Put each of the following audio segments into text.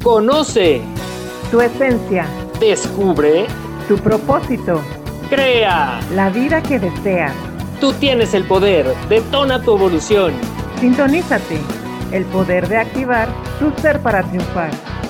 Conoce, Tu esencia, descubre, tu propósito, crea. la vida que deseas. Tú tienes el poder, detona tu evolución. Sintonízate, el poder de activar tu ser para triunfar.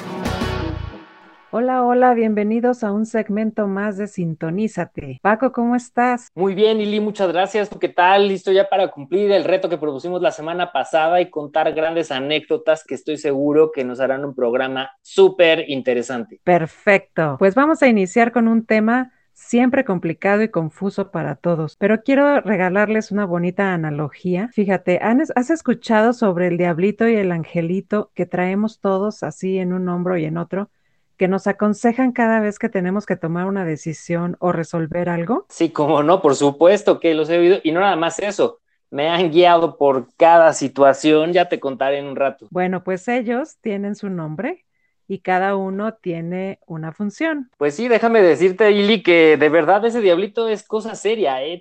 Hola, hola, bienvenidos a un segmento más de Sintonízate. Paco, ¿cómo estás? Muy bien, Lili, muchas gracias. ¿Tú qué tal? Listo ya para cumplir el reto que propusimos la semana pasada y contar grandes anécdotas que estoy seguro que nos harán un programa súper interesante. Perfecto. Pues vamos a iniciar con un tema siempre complicado y confuso para todos, pero quiero regalarles una bonita analogía. Fíjate, ¿has escuchado sobre el diablito y el angelito que traemos todos así en un hombro y en otro, que nos aconsejan cada vez que tenemos que tomar una decisión o resolver algo? Sí, cómo no, por supuesto que los he oído. Y no nada más eso, me han guiado por cada situación, ya te contaré en un rato. Bueno, pues ellos tienen su nombre y cada uno tiene una función. Pues sí, déjame decirte, Ili, que de verdad ese diablito es cosa seria, ¿eh?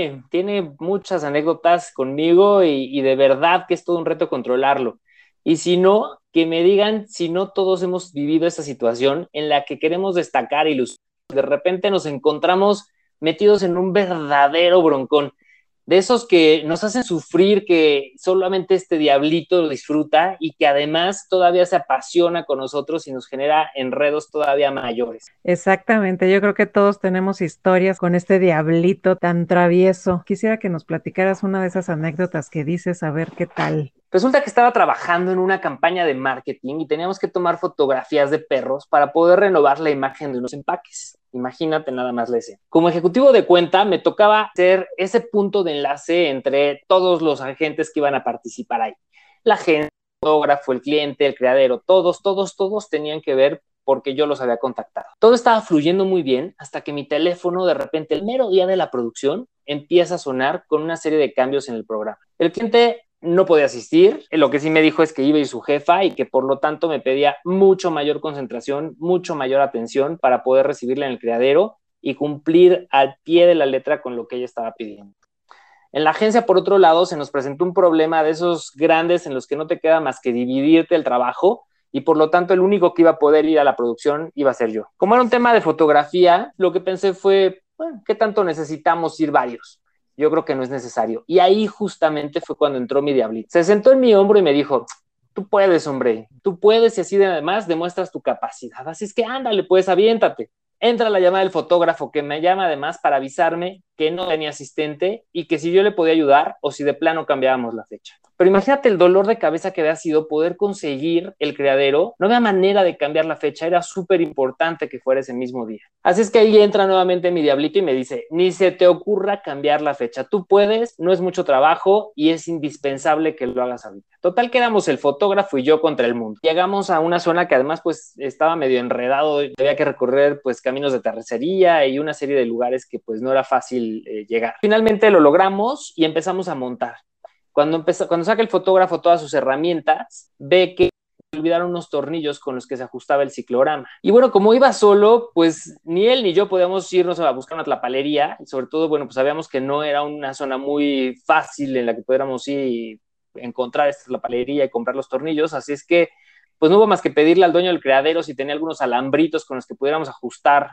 Tiene muchas anécdotas conmigo y de verdad que es todo un reto controlarlo. Y si no, que me digan si no todos hemos vivido esa situación en la que queremos destacar y de repente nos encontramos metidos en un verdadero broncón de esos que nos hacen sufrir, que solamente este diablito lo disfruta y que además todavía se apasiona con nosotros y nos genera enredos todavía mayores. Exactamente, yo creo que todos tenemos historias con este diablito tan travieso. Quisiera que nos platicaras una de esas anécdotas que dices, a ver qué tal. Resulta que estaba trabajando en una campaña de marketing y teníamos que tomar fotografías de perros para poder renovar la imagen de unos empaques. Imagínate nada más la escena. Como ejecutivo de cuenta, me tocaba ser ese punto de enlace entre todos los agentes que iban a participar ahí. La agencia, el fotógrafo, el cliente, el criadero, todos tenían que ver porque yo los había contactado. Todo estaba fluyendo muy bien hasta que mi teléfono, de repente, el mero día de la producción, empieza a sonar con una serie de cambios en el programa. El cliente no podía asistir, lo que sí me dijo es que iba a ir su jefa y que por lo tanto me pedía mucho mayor concentración, mucho mayor atención para poder recibirla en el criadero y cumplir al pie de la letra con lo que ella estaba pidiendo. En la agencia, por otro lado, se nos presentó un problema de esos grandes en los que no te queda más que dividirte el trabajo y por lo tanto el único que iba a poder ir a la producción iba a ser yo. Como era un tema de fotografía, lo que pensé fue, bueno, ¿qué tanto necesitamos ir varios? Yo creo que no es necesario. Y ahí justamente fue cuando entró mi diablito. Se sentó en mi hombro y me dijo, tú puedes, hombre, tú puedes y así además demuestras tu capacidad. Así es que ándale, pues aviéntate. Entra la llamada del fotógrafo que me llama además para avisarme que no tenía asistente y que si yo le podía ayudar o si de plano cambiábamos la fecha. Pero imagínate el dolor de cabeza que había sido poder conseguir el criadero. No había manera de cambiar la fecha, era súper importante que fuera ese mismo día. Así es que ahí entra nuevamente mi diablito y me dice, ni se te ocurra cambiar la fecha. Tú puedes, no es mucho trabajo y es indispensable que lo hagas ahorita. Total, quedamos el fotógrafo y yo contra el mundo. Llegamos a una zona que además pues estaba medio enredado, había que recorrer pues caminos de terracería y una serie de lugares que pues no era fácil llegar. Finalmente lo logramos y empezamos a montar. Cuando saca el fotógrafo todas sus herramientas, ve que olvidaron unos tornillos con los que se ajustaba el ciclorama. Y bueno, como iba solo, pues ni él ni yo podíamos irnos a buscar una tlapalería. Y sobre todo, bueno, pues sabíamos que no era una zona muy fácil en la que pudiéramos ir y encontrar esta tlapalería y comprar los tornillos. Así es que, pues no hubo más que pedirle al dueño del criadero si tenía algunos alambritos con los que pudiéramos ajustar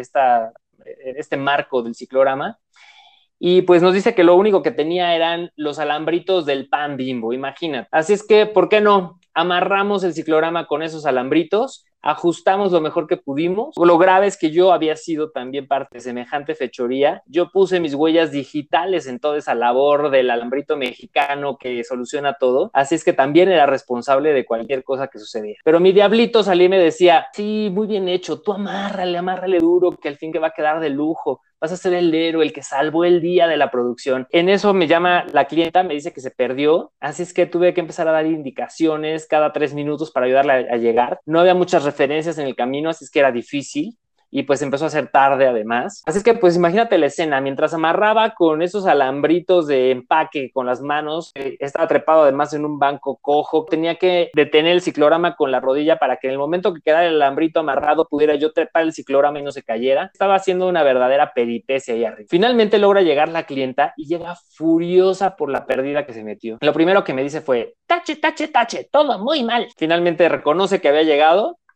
este marco del ciclorama. Y pues nos dice que lo único que tenía eran los alambritos del pan Bimbo, imagínate. Así es que, ¿por qué no? Amarramos el ciclorama con esos alambritos, ajustamos lo mejor que pudimos. Lo grave es que yo había sido también parte de semejante fechoría. Yo puse mis huellas digitales en toda esa labor del alambrito mexicano que soluciona todo. Así es que también era responsable de cualquier cosa que sucediera. Pero mi diablito salí y me decía, sí, muy bien hecho, tú amárrale duro, que al fin que va a quedar de lujo. Vas a ser el héroe, el que salvó el día de la producción. En eso me llama la clienta, me dice que se perdió, así es que tuve que empezar a dar indicaciones cada 3 minutos para ayudarla a llegar. No había muchas referencias en el camino, así es que era difícil. Y pues empezó a ser tarde además. Así es que pues imagínate la escena, mientras amarraba con esos alambritos de empaque con las manos, estaba trepado además en un banco cojo, tenía que detener el ciclorama con la rodilla para que en el momento que quedara el alambrito amarrado pudiera yo trepar el ciclorama y no se cayera. Estaba haciendo una verdadera peripecia ahí arriba. Finalmente logra llegar la clienta y llega furiosa por la pérdida que se metió. Lo primero que me dice fue, tache, todo muy mal. Finalmente reconoce que había llegado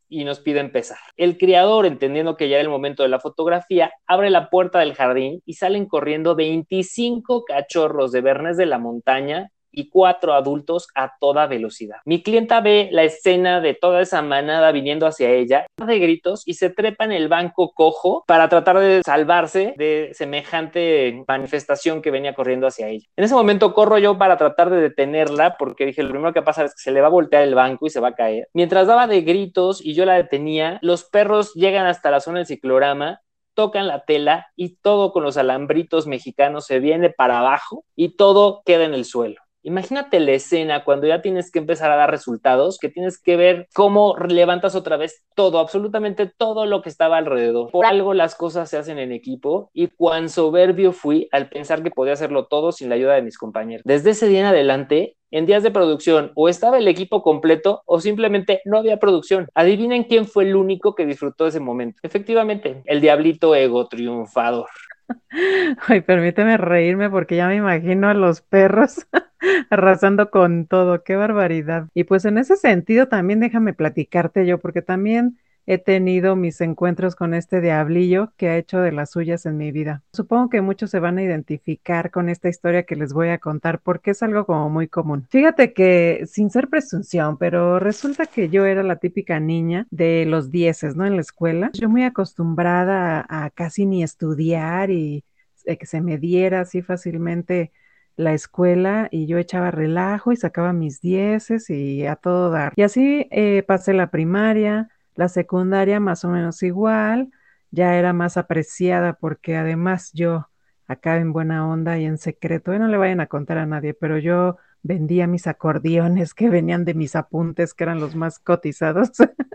y nos pide empezar. El criador, entendiendo que ya era el momento de la fotografía, abre la puerta del jardín y salen corriendo 25 cachorros de Bernés de la Montaña y 4 adultos a toda velocidad. Mi clienta ve la escena de toda esa manada viniendo hacia ella, de gritos, y se trepa en el banco cojo para tratar de salvarse de semejante manifestación que venía corriendo hacia ella. En ese momento corro yo para tratar de detenerla, porque dije, lo primero que pasa es que se le va a voltear el banco y se va a caer. Mientras daba de gritos y yo la detenía, los perros llegan hasta la zona del ciclorama, tocan la tela y todo con los alambritos mexicanos se viene para abajo y todo queda en el suelo. Imagínate la escena cuando ya tienes que empezar a dar resultados, que tienes que ver cómo levantas otra vez todo, absolutamente todo lo que estaba alrededor. Por algo las cosas se hacen en equipo y cuán soberbio fui al pensar que podía hacerlo todo sin la ayuda de mis compañeros. Desde ese día en adelante, en días de producción, o estaba el equipo completo o simplemente no había producción. Adivinen quién fue el único que disfrutó ese momento. Efectivamente, el diablito ego triunfador. Ay, permíteme reírme porque ya me imagino a los perros arrasando con todo, qué barbaridad. Y pues en ese sentido también déjame platicarte yo, porque también he tenido mis encuentros con este diablillo que ha hecho de las suyas en mi vida. Supongo que muchos se van a identificar con esta historia que les voy a contar porque es algo como muy común. Fíjate que sin ser presunción, pero resulta que yo era la típica niña de los dieces, ¿no? En la escuela. Yo muy acostumbrada a casi ni estudiar y que se me diera así fácilmente la escuela y yo echaba relajo y sacaba mis dieces y a todo dar. Y así pasé la primaria, la secundaria más o menos igual, ya era más apreciada porque además yo acá en buena onda y en secreto, no le vayan a contar a nadie, pero yo vendía mis acordeones que venían de mis apuntes, que eran los más cotizados.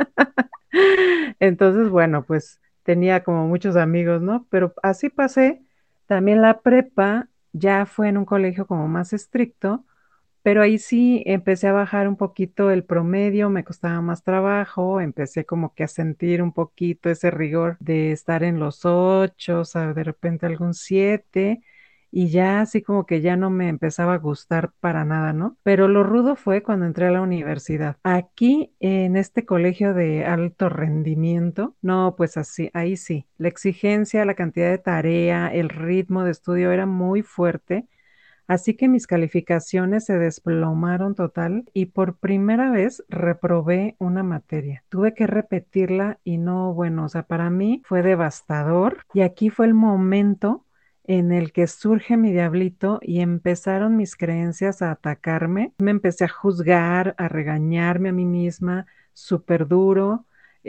Entonces, bueno, pues tenía como muchos amigos, ¿no? Pero así pasé. También la prepa ya fue en un colegio como más estricto, pero ahí sí empecé a bajar un poquito el promedio, me costaba más trabajo, empecé como que a sentir un poquito ese rigor de estar en los 8, o sea, de repente algún 7, y ya así como que ya no me empezaba a gustar para nada, ¿no? Pero lo rudo fue cuando entré a la universidad. Aquí, en este colegio de alto rendimiento, no, pues así, ahí sí, la exigencia, la cantidad de tarea, el ritmo de estudio era muy fuerte. Así que mis calificaciones se desplomaron total y por primera vez reprobé una materia. Tuve que repetirla y no, bueno, o sea, para mí fue devastador y aquí fue el momento en el que surge mi diablito y empezaron mis creencias a atacarme. Me empecé a juzgar, a regañarme a mí misma, súper duro.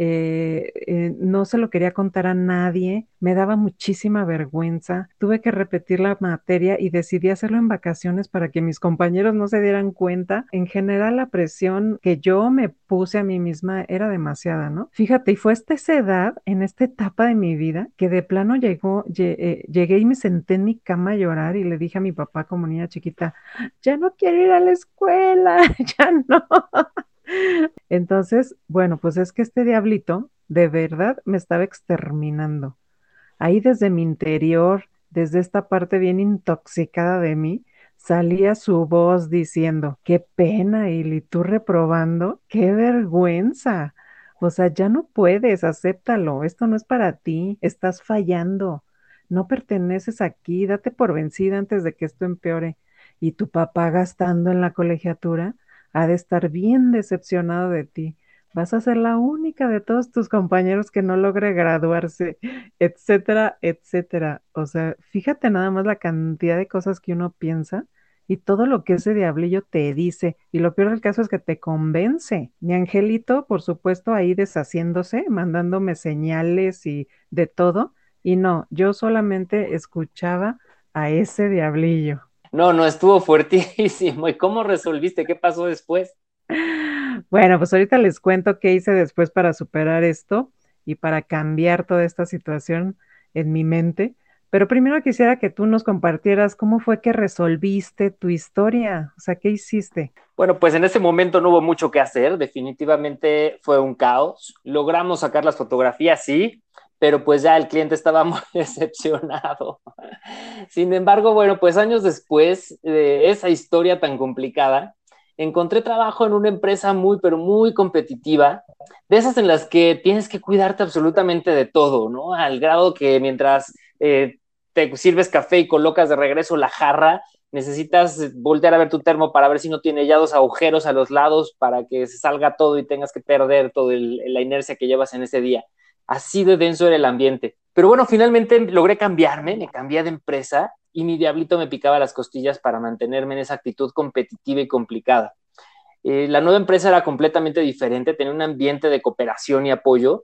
No se lo quería contar a nadie, me daba muchísima vergüenza, tuve que repetir la materia y decidí hacerlo en vacaciones para que mis compañeros no se dieran cuenta. En general, la presión que yo me puse a mí misma era demasiada, ¿no? Fíjate, y fue hasta esa edad, en esta etapa de mi vida, que de plano llegué y me senté en mi cama a llorar y le dije a mi papá como niña chiquita, ya no quiero ir a la escuela, ya no. Entonces, bueno, pues es que este diablito de verdad me estaba exterminando. Ahí desde mi interior, desde esta parte bien intoxicada de mí, salía su voz diciendo, qué pena, Ili, tú reprobando, qué vergüenza. O sea, ya no puedes, acéptalo, esto no es para ti, estás fallando, no perteneces aquí, date por vencida antes de que esto empeore. Y tu papá gastando en la colegiatura ha de estar bien decepcionado de ti. Vas a ser la única de todos tus compañeros que no logre graduarse, etcétera, etcétera. O sea, fíjate nada más la cantidad de cosas que uno piensa y todo lo que ese diablillo te dice. Y lo peor del caso es que te convence. Mi angelito, por supuesto, ahí deshaciéndose, mandándome señales y de todo. Y no, yo solamente escuchaba a ese diablillo. No, no, estuvo fuertísimo. ¿Y cómo resolviste? ¿Qué pasó después? Bueno, pues ahorita les cuento qué hice después para superar esto y para cambiar toda esta situación en mi mente. Pero primero quisiera que tú nos compartieras cómo fue que resolviste tu historia, o sea, ¿qué hiciste? Bueno, pues en ese momento no hubo mucho que hacer, definitivamente fue un caos. Logramos sacar las fotografías, sí, pero pues ya el cliente estaba muy decepcionado. Sin embargo, bueno, pues años después de esa historia tan complicada, encontré trabajo en una empresa muy, pero muy competitiva de esas en las que tienes que cuidarte absolutamente de todo, ¿no? Al grado que mientras te sirves café y colocas de regreso la jarra, necesitas voltear a ver tu termo para ver si no tiene ya 2 agujeros a los lados para que se salga todo y tengas que perder toda la inercia que llevas en ese día. Así de denso era el ambiente. Pero bueno, finalmente logré cambiarme, me cambié de empresa y mi diablito me picaba las costillas para mantenerme en esa actitud competitiva y complicada. La nueva empresa era completamente diferente, tenía un ambiente de cooperación y apoyo,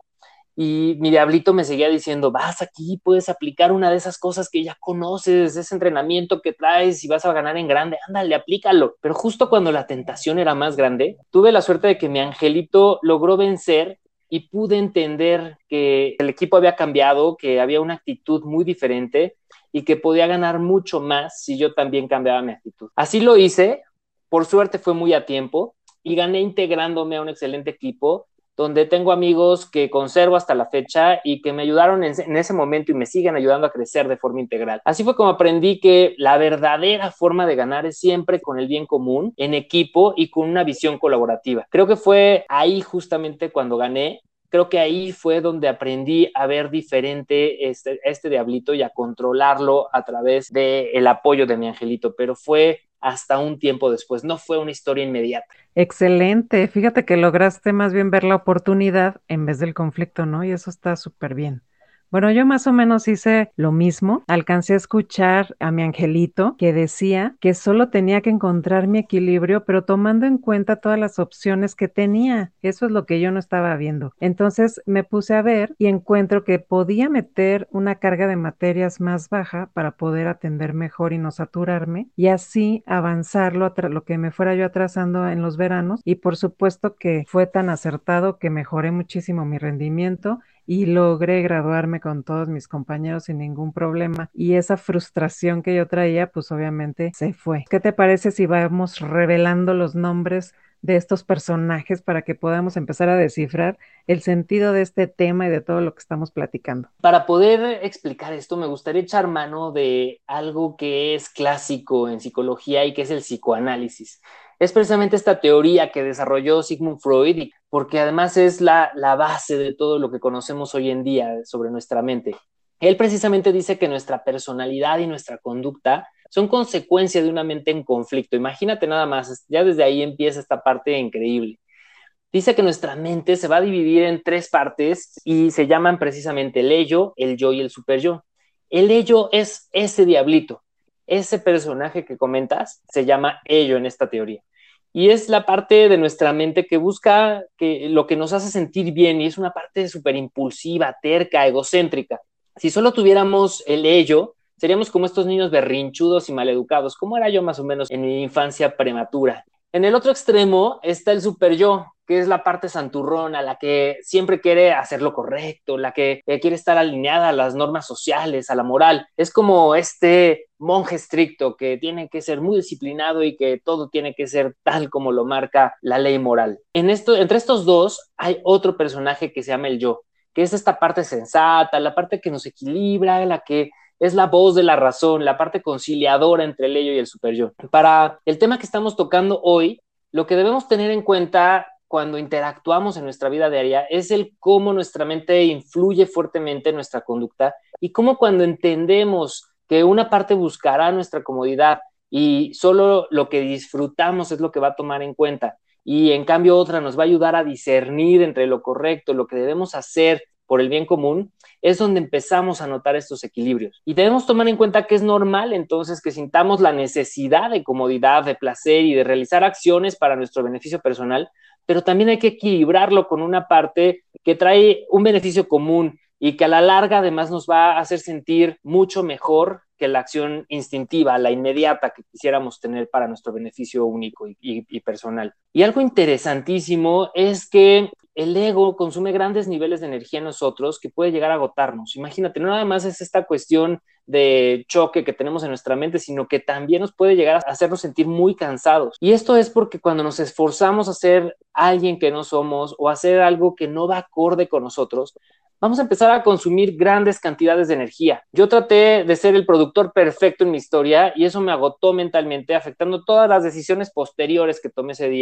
y mi diablito me seguía diciendo, vas aquí, puedes aplicar una de esas cosas que ya conoces, ese entrenamiento que traes y vas a ganar en grande, ándale, aplícalo. Pero justo cuando la tentación era más grande, tuve la suerte de que mi angelito logró vencer y pude entender que el equipo había cambiado, que había una actitud muy diferente y que podía ganar mucho más si yo también cambiaba mi actitud. Así lo hice, por suerte fue muy a tiempo y gané integrándome a un excelente equipo donde tengo amigos que conservo hasta la fecha y que me ayudaron en ese momento y me siguen ayudando a crecer de forma integral. Así fue como aprendí que la verdadera forma de ganar es siempre con el bien común, en equipo y con una visión colaborativa. Creo que fue ahí justamente cuando gané. Creo que ahí fue donde aprendí a ver diferente este diablito y a controlarlo a través del apoyo de mi angelito, pero fue hasta un tiempo después, no fue una historia inmediata. Excelente. Fíjate que lograste más bien ver la oportunidad en vez del conflicto, ¿no? Y eso está súper bien. Bueno, yo más o menos hice lo mismo. Alcancé a escuchar a mi angelito que decía que solo tenía que encontrar mi equilibrio, pero tomando en cuenta todas las opciones que tenía. Eso es lo que yo no estaba viendo. Entonces me puse a ver y encuentro que podía meter una carga de materias más baja para poder atender mejor y no saturarme y así avanzarlo lo que me fuera yo atrasando en los veranos. Y por supuesto que fue tan acertado que mejoré muchísimo mi rendimiento y logré graduarme con todos mis compañeros sin ningún problema. Y esa frustración que yo traía, pues obviamente se fue. ¿Qué te parece si vamos revelando los nombres de estos personajes para que podamos empezar a descifrar el sentido de este tema y de todo lo que estamos platicando? Para poder explicar esto, me gustaría echar mano de algo que es clásico en psicología y que es el psicoanálisis. Es precisamente esta teoría que desarrolló Sigmund Freud, porque además es la base de todo lo que conocemos hoy en día sobre nuestra mente. Él precisamente dice que nuestra personalidad y nuestra conducta son consecuencia de una mente en conflicto. Imagínate nada más, ya desde ahí empieza esta parte increíble. Dice que nuestra mente se va a dividir en 3 partes y se llaman precisamente el ello, el yo y el superyo. El ello es ese diablito, ese personaje que comentas se llama ello en esta teoría. Y es la parte de nuestra mente que busca lo que nos hace sentir bien y es una parte súper impulsiva, terca, egocéntrica. Si solo tuviéramos el ello, seríamos como estos niños berrinchudos y maleducados, como era yo más o menos en mi infancia prematura. En el otro extremo está el super yo, que es la parte santurrona, la que siempre quiere hacer lo correcto, la que quiere estar alineada a las normas sociales, a la moral. Es como este monje estricto que tiene que ser muy disciplinado y que todo tiene que ser tal como lo marca la ley moral. Entre estos dos hay otro personaje que se llama el yo, que es esta parte sensata, la parte que nos equilibra, la que es la voz de la razón, la parte conciliadora entre el ello y el superyo. Para el tema que estamos tocando hoy, lo que debemos tener en cuenta cuando interactuamos en nuestra vida diaria es el cómo nuestra mente influye fuertemente en nuestra conducta y cómo cuando entendemos que una parte buscará nuestra comodidad y solo lo que disfrutamos es lo que va a tomar en cuenta y en cambio otra nos va a ayudar a discernir entre lo correcto, lo que debemos hacer por el bien común, es donde empezamos a notar estos equilibrios. Y debemos tomar en cuenta que es normal entonces que sintamos la necesidad de comodidad, de placer y de realizar acciones para nuestro beneficio personal, pero también hay que equilibrarlo con una parte que trae un beneficio común y que a la larga además nos va a hacer sentir mucho mejor que la acción instintiva, la inmediata que quisiéramos tener para nuestro beneficio único y personal. Y algo interesantísimo es que el ego consume grandes niveles de energía en nosotros que puede llegar a agotarnos. Imagínate, no nada más es esta cuestión de choque que tenemos en nuestra mente, sino que también nos puede llegar a hacernos sentir muy cansados. Y esto es porque cuando nos esforzamos a ser alguien que no somos o hacer algo que no va acorde con nosotros, vamos a empezar a consumir grandes cantidades de energía. Yo traté de ser el productor perfecto en mi historia y eso me agotó mentalmente, afectando todas las decisiones posteriores que tomé ese día,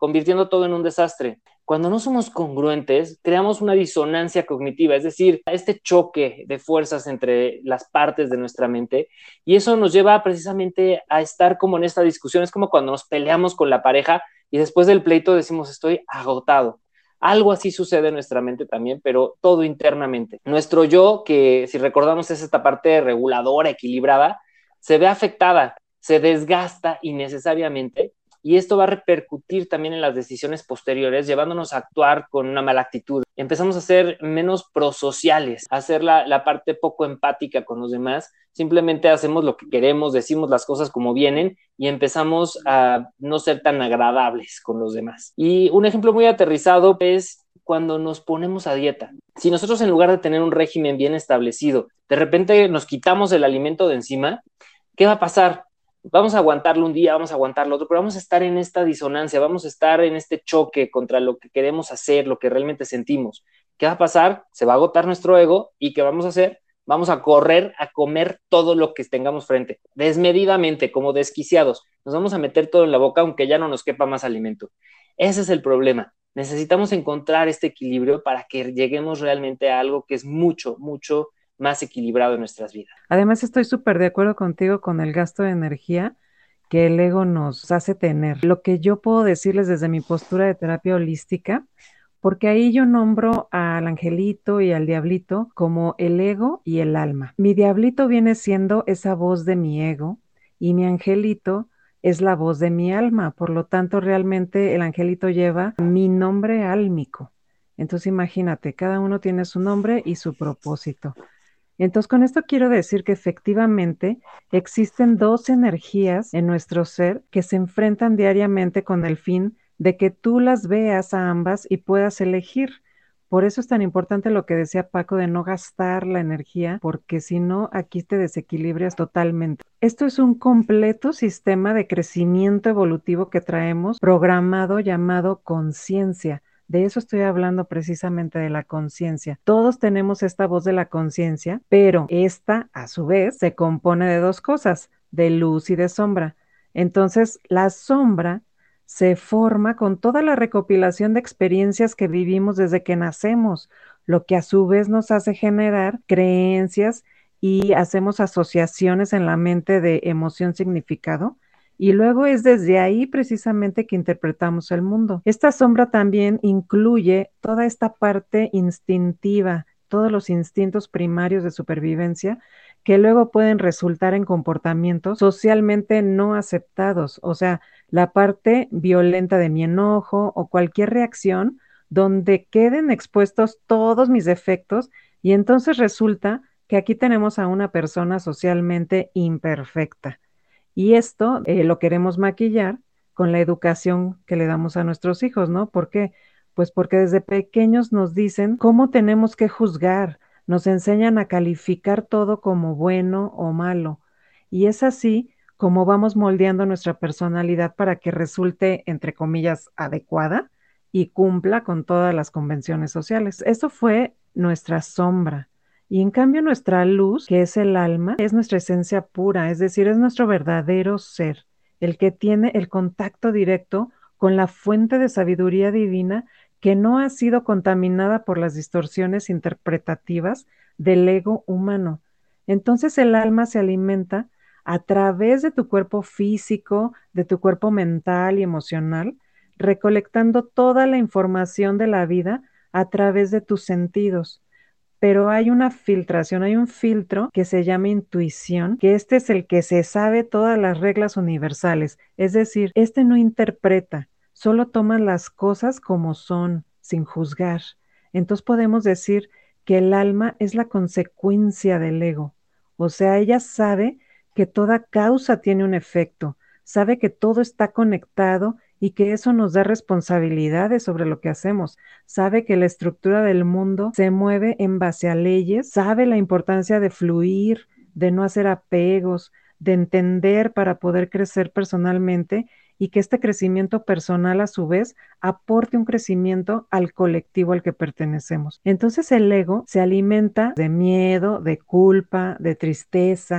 convirtiendo todo en un desastre. Cuando no somos congruentes, creamos una disonancia cognitiva, es decir, este choque de fuerzas entre las partes de nuestra mente, y eso nos lleva precisamente a estar como en esta discusión. Es como cuando nos peleamos con la pareja y después del pleito decimos estoy agotado. Algo así sucede en nuestra mente también, pero todo internamente. Nuestro yo, que si recordamos es esta parte reguladora, equilibrada, se ve afectada, se desgasta innecesariamente, y esto va a repercutir también en las decisiones posteriores, llevándonos a actuar con una mala actitud. Empezamos a ser menos prosociales, a hacer la parte poco empática con los demás. Simplemente hacemos lo que queremos, decimos las cosas como vienen y empezamos a no ser tan agradables con los demás. Y un ejemplo muy aterrizado es cuando nos ponemos a dieta. Si nosotros, en lugar de tener un régimen bien establecido, de repente nos quitamos el alimento de encima, ¿qué va a pasar? Vamos a aguantarlo un día, vamos a aguantarlo otro, pero vamos a estar en esta disonancia, vamos a estar en este choque contra lo que queremos hacer, lo que realmente sentimos. ¿Qué va a pasar? Se va a agotar nuestro ego, y ¿qué vamos a hacer? Vamos a correr a comer todo lo que tengamos frente, desmedidamente, como desquiciados. Nos vamos a meter todo en la boca, aunque ya no nos quepa más alimento. Ese es el problema. Necesitamos encontrar este equilibrio para que lleguemos realmente a algo que es mucho, mucho más equilibrado en nuestras vidas. Además, estoy súper de acuerdo contigo con el gasto de energía que el ego nos hace tener. Lo que yo puedo decirles desde mi postura de terapia holística, porque ahí yo nombro al angelito y al diablito como el ego y el alma. Mi diablito viene siendo esa voz de mi ego y mi angelito es la voz de mi alma. Por lo tanto, realmente el angelito lleva mi nombre álmico. Entonces, imagínate, cada uno tiene su nombre y su propósito. Entonces, con esto quiero decir que efectivamente existen dos energías en nuestro ser que se enfrentan diariamente con el fin de que tú las veas a ambas y puedas elegir. Por eso es tan importante lo que decía Paco de no gastar la energía, porque si no, aquí te desequilibras totalmente. Esto es un completo sistema de crecimiento evolutivo que traemos programado llamado conciencia. De eso estoy hablando precisamente, de la conciencia. Todos tenemos esta voz de la conciencia, pero esta, a su vez, se compone de dos cosas, de luz y de sombra. Entonces, la sombra se forma con toda la recopilación de experiencias que vivimos desde que nacemos, lo que a su vez nos hace generar creencias y hacemos asociaciones en la mente de emoción-significado. Y luego es desde ahí precisamente que interpretamos el mundo. Esta sombra también incluye toda esta parte instintiva, todos los instintos primarios de supervivencia que luego pueden resultar en comportamientos socialmente no aceptados, o sea, la parte violenta de mi enojo o cualquier reacción donde queden expuestos todos mis defectos, y entonces resulta que aquí tenemos a una persona socialmente imperfecta. Y esto lo queremos maquillar con la educación que le damos a nuestros hijos, ¿no? ¿Por qué? Pues porque desde pequeños nos dicen cómo tenemos que juzgar, nos enseñan a calificar todo como bueno o malo. Y es así como vamos moldeando nuestra personalidad para que resulte, entre comillas, adecuada y cumpla con todas las convenciones sociales. Eso fue nuestra sombra. Y en cambio nuestra luz, que es el alma, es nuestra esencia pura, es decir, es nuestro verdadero ser, el que tiene el contacto directo con la fuente de sabiduría divina que no ha sido contaminada por las distorsiones interpretativas del ego humano. Entonces el alma se alimenta a través de tu cuerpo físico, de tu cuerpo mental y emocional, recolectando toda la información de la vida a través de tus sentidos. Pero hay una filtración, hay un filtro que se llama intuición, que este es el que se sabe todas las reglas universales, es decir, este no interpreta, solo toma las cosas como son, sin juzgar. Entonces podemos decir que el alma es la consecuencia del ego, o sea, ella sabe que toda causa tiene un efecto, sabe que todo está conectado y que eso nos da responsabilidades sobre lo que hacemos. Sabe que la estructura del mundo se mueve en base a leyes, sabe la importancia de fluir, de no hacer apegos, de entender para poder crecer personalmente, y que este crecimiento personal a su vez aporte un crecimiento al colectivo al que pertenecemos. Entonces el ego se alimenta de miedo, de culpa, de tristeza,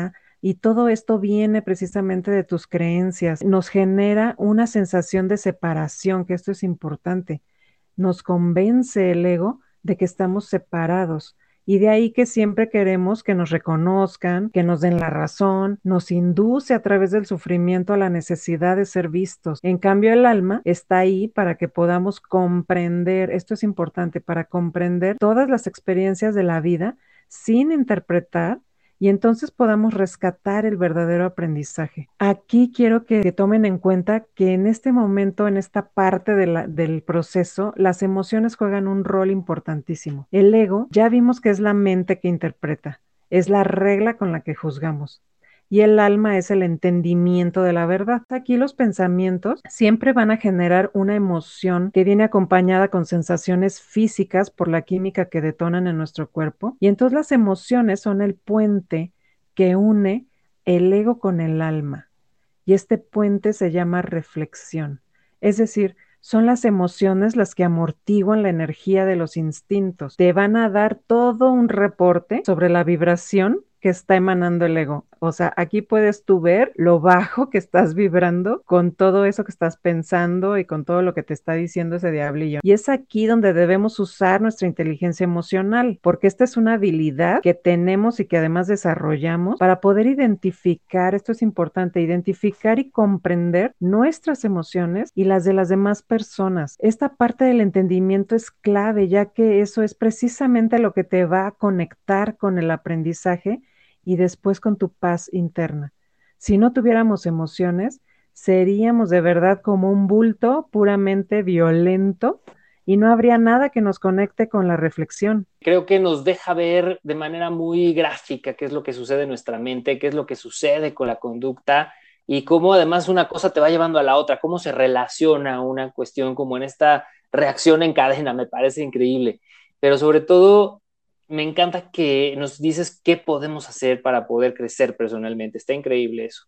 Y todo esto viene precisamente de tus creencias. Nos genera una sensación de separación, que esto es importante. Nos convence el ego de que estamos separados. Y de ahí que siempre queremos que nos reconozcan, que nos den la razón, nos induce a través del sufrimiento a la necesidad de ser vistos. En cambio, el alma está ahí para que podamos comprender, esto es importante, para comprender todas las experiencias de la vida sin interpretar y entonces podamos rescatar el verdadero aprendizaje. Aquí quiero que tomen en cuenta que en este momento, en esta parte del proceso, las emociones juegan un rol importantísimo. El ego, ya vimos que es la mente que interpreta, es la regla con la que juzgamos. Y el alma es el entendimiento de la verdad. Aquí los pensamientos siempre van a generar una emoción que viene acompañada con sensaciones físicas por la química que detonan en nuestro cuerpo. Y entonces las emociones son el puente que une el ego con el alma. Y este puente se llama reflexión. Es decir, son las emociones las que amortiguan la energía de los instintos. Te van a dar todo un reporte sobre la vibración que está emanando el ego. O sea, aquí puedes tú ver lo bajo que estás vibrando con todo eso que estás pensando y con todo lo que te está diciendo ese diablillo. Y es aquí donde debemos usar nuestra inteligencia emocional, porque esta es una habilidad que tenemos y que además desarrollamos para poder identificar, esto es importante, identificar y comprender nuestras emociones y las de las demás personas. Esta parte del entendimiento es clave, ya que eso es precisamente lo que te va a conectar con el aprendizaje y después con tu paz interna. Si no tuviéramos emociones, seríamos de verdad como un bulto puramente violento y no habría nada que nos conecte con la reflexión. Creo que nos deja ver de manera muy gráfica qué es lo que sucede en nuestra mente, qué es lo que sucede con la conducta y cómo además una cosa te va llevando a la otra, cómo se relaciona una cuestión como en esta reacción en cadena, me parece increíble. Pero sobre todo, me encanta que nos dices qué podemos hacer para poder crecer personalmente. Está increíble eso.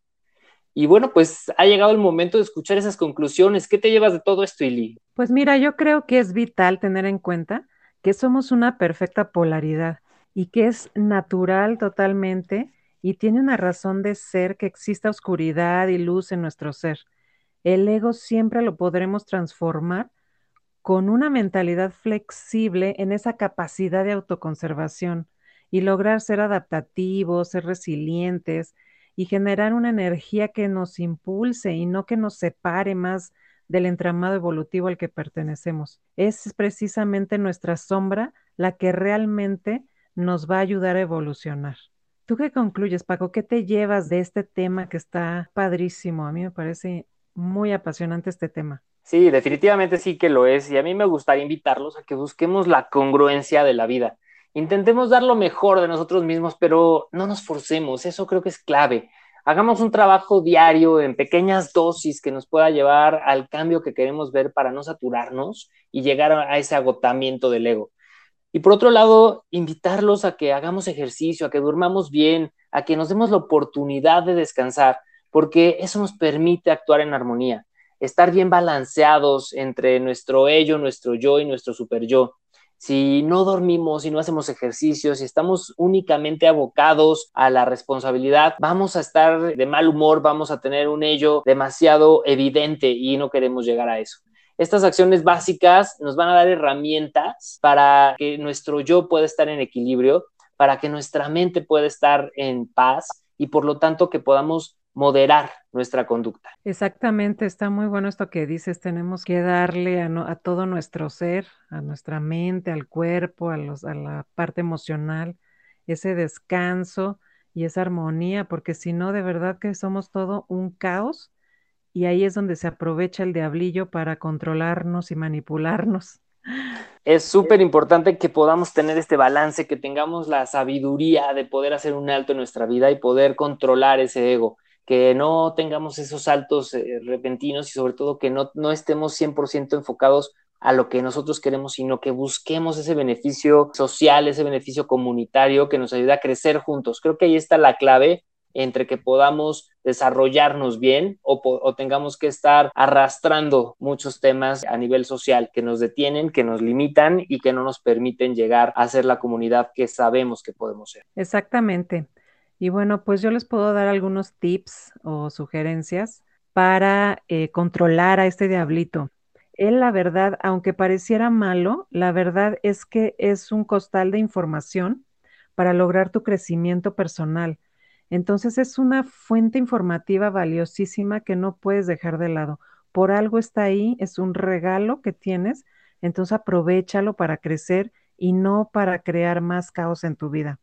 Y bueno, pues ha llegado el momento de escuchar esas conclusiones. ¿Qué te llevas de todo esto, Ili? Pues mira, yo creo que es vital tener en cuenta que somos una perfecta polaridad y que es natural totalmente y tiene una razón de ser que exista oscuridad y luz en nuestro ser. El ego siempre lo podremos transformar con una mentalidad flexible en esa capacidad de autoconservación y lograr ser adaptativos, ser resilientes y generar una energía que nos impulse y no que nos separe más del entramado evolutivo al que pertenecemos. Es precisamente nuestra sombra la que realmente nos va a ayudar a evolucionar. ¿Tú qué concluyes, Paco? ¿Qué te llevas de este tema que está padrísimo? A mí me parece muy apasionante este tema. Sí, definitivamente sí que lo es. Y a mí me gustaría invitarlos a que busquemos la congruencia de la vida. Intentemos dar lo mejor de nosotros mismos, pero no nos forcemos. Eso creo que es clave. Hagamos un trabajo diario en pequeñas dosis que nos pueda llevar al cambio que queremos ver para no saturarnos y llegar a ese agotamiento del ego. Y por otro lado, invitarlos a que hagamos ejercicio, a que durmamos bien, a que nos demos la oportunidad de descansar, porque eso nos permite actuar en armonía, estar bien balanceados entre nuestro ello, nuestro yo y nuestro super yo. Si no dormimos, si no hacemos ejercicios, si estamos únicamente abocados a la responsabilidad, vamos a estar de mal humor, vamos a tener un ello demasiado evidente y no queremos llegar a eso. Estas acciones básicas nos van a dar herramientas para que nuestro yo pueda estar en equilibrio, para que nuestra mente pueda estar en paz y por lo tanto que podamos moderar nuestra conducta. Exactamente, está muy bueno esto que dices. Tenemos que darle a todo nuestro ser, a nuestra mente, al cuerpo, a la parte emocional, ese descanso y esa armonía, porque si no, de verdad que somos todo un caos y ahí es donde se aprovecha el diablillo para controlarnos y manipularnos. Es súper importante que podamos tener este balance, que tengamos la sabiduría de poder hacer un alto en nuestra vida y poder controlar ese ego, que no tengamos esos saltos repentinos y sobre todo que no estemos 100% enfocados a lo que nosotros queremos, sino que busquemos ese beneficio social, ese beneficio comunitario que nos ayude a crecer juntos. Creo que ahí está la clave entre que podamos desarrollarnos bien o tengamos que estar arrastrando muchos temas a nivel social que nos detienen, que nos limitan y que no nos permiten llegar a ser la comunidad que sabemos que podemos ser. Exactamente. Y bueno, pues yo les puedo dar algunos tips o sugerencias para controlar a este diablito. Él, la verdad, aunque pareciera malo, la verdad es que es un costal de información para lograr tu crecimiento personal. Entonces es una fuente informativa valiosísima que no puedes dejar de lado. Por algo está ahí, es un regalo que tienes, entonces aprovéchalo para crecer y no para crear más caos en tu vida.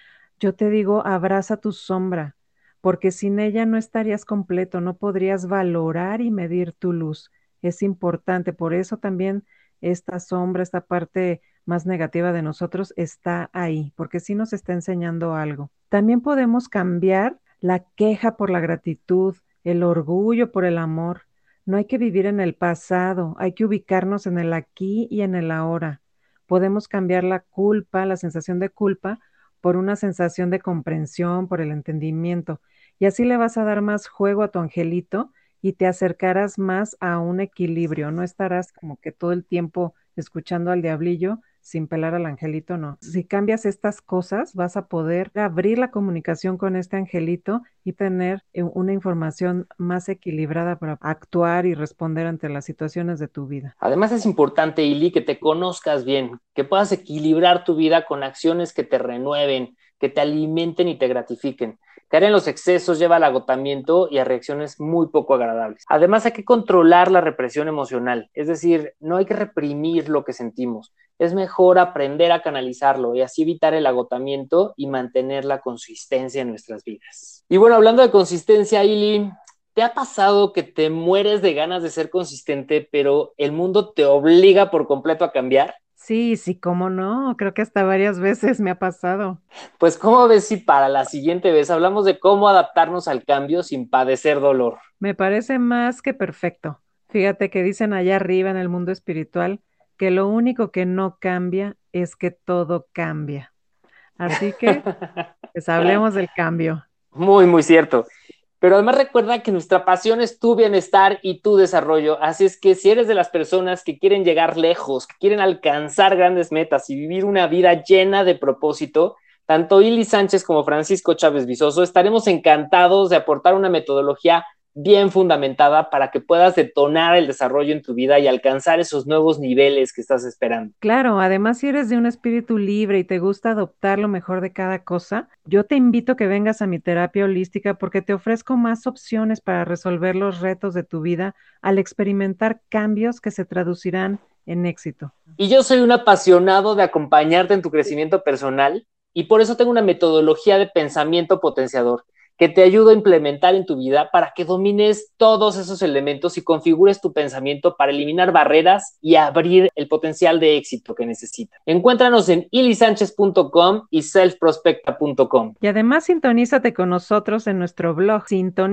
Yo te digo, abraza tu sombra, porque sin ella no estarías completo, no podrías valorar y medir tu luz. Es importante, por eso también esta sombra, esta parte más negativa de nosotros está ahí, porque sí nos está enseñando algo. También podemos cambiar la queja por la gratitud, el orgullo por el amor. No hay que vivir en el pasado, hay que ubicarnos en el aquí y en el ahora. Podemos cambiar la culpa, la sensación de culpa, por una sensación de comprensión, por el entendimiento. Y así le vas a dar más juego a tu angelito y te acercarás más a un equilibrio. No estarás como que todo el tiempo escuchando al diablillo sin pelar al angelito, no. Si cambias estas cosas, vas a poder abrir la comunicación con este angelito y tener una información más equilibrada para actuar y responder ante las situaciones de tu vida. Además es importante, Ili, que te conozcas bien, que puedas equilibrar tu vida con acciones que te renueven, que te alimenten y te gratifiquen. Caer en los excesos lleva al agotamiento y a reacciones muy poco agradables. Además hay que controlar la represión emocional, es decir, no hay que reprimir lo que sentimos. Es mejor aprender a canalizarlo y así evitar el agotamiento y mantener la consistencia en nuestras vidas. Y bueno, hablando de consistencia, Ili, ¿te ha pasado que te mueres de ganas de ser consistente, pero el mundo te obliga por completo a cambiar? Sí, sí, cómo no, creo que hasta varias veces me ha pasado. Pues, ¿cómo ves si para la siguiente vez hablamos de cómo adaptarnos al cambio sin padecer dolor? Me parece más que perfecto. Fíjate que dicen allá arriba en el mundo espiritual que lo único que no cambia es que todo cambia. Así que, pues hablemos del cambio. Muy, muy cierto. Pero además recuerda que nuestra pasión es tu bienestar y tu desarrollo. Así es que si eres de las personas que quieren llegar lejos, que quieren alcanzar grandes metas y vivir una vida llena de propósito, tanto Ili Sánchez como Francisco Chávez Vizoso estaremos encantados de aportar una metodología bien fundamentada para que puedas detonar el desarrollo en tu vida y alcanzar esos nuevos niveles que estás esperando. Claro, además si eres de un espíritu libre y te gusta adoptar lo mejor de cada cosa, yo te invito a que vengas a mi terapia holística porque te ofrezco más opciones para resolver los retos de tu vida al experimentar cambios que se traducirán en éxito. Y yo soy un apasionado de acompañarte en tu crecimiento personal y por eso tengo una metodología de pensamiento potenciador que te ayuda a implementar en tu vida para que domines todos esos elementos y configures tu pensamiento para eliminar barreras y abrir el potencial de éxito que necesitas. Encuéntranos en ilisanchez.com y selfprospecta.com. Y además sintonízate con nosotros en nuestro blog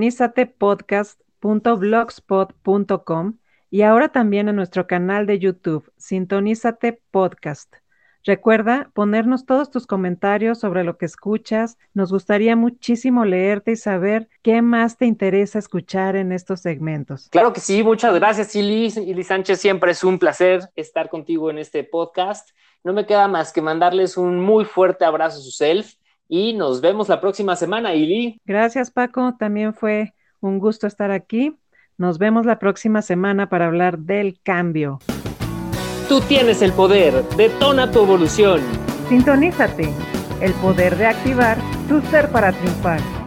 sintonizatepodcast.blogspot.com y ahora también en nuestro canal de YouTube, Sintonízate Podcast. Recuerda ponernos todos tus comentarios sobre lo que escuchas. Nos gustaría muchísimo leerte y saber qué más te interesa escuchar en estos segmentos. Claro que sí, muchas gracias, Ili Sánchez. Siempre es un placer estar contigo en este podcast. No me queda más que mandarles un muy fuerte abrazo a su self y nos vemos la próxima semana, Ili. Gracias, Paco. También fue un gusto estar aquí. Nos vemos la próxima semana para hablar del cambio. Tú tienes el poder, detona tu evolución. Sintonízate, el poder de activar tu ser para triunfar.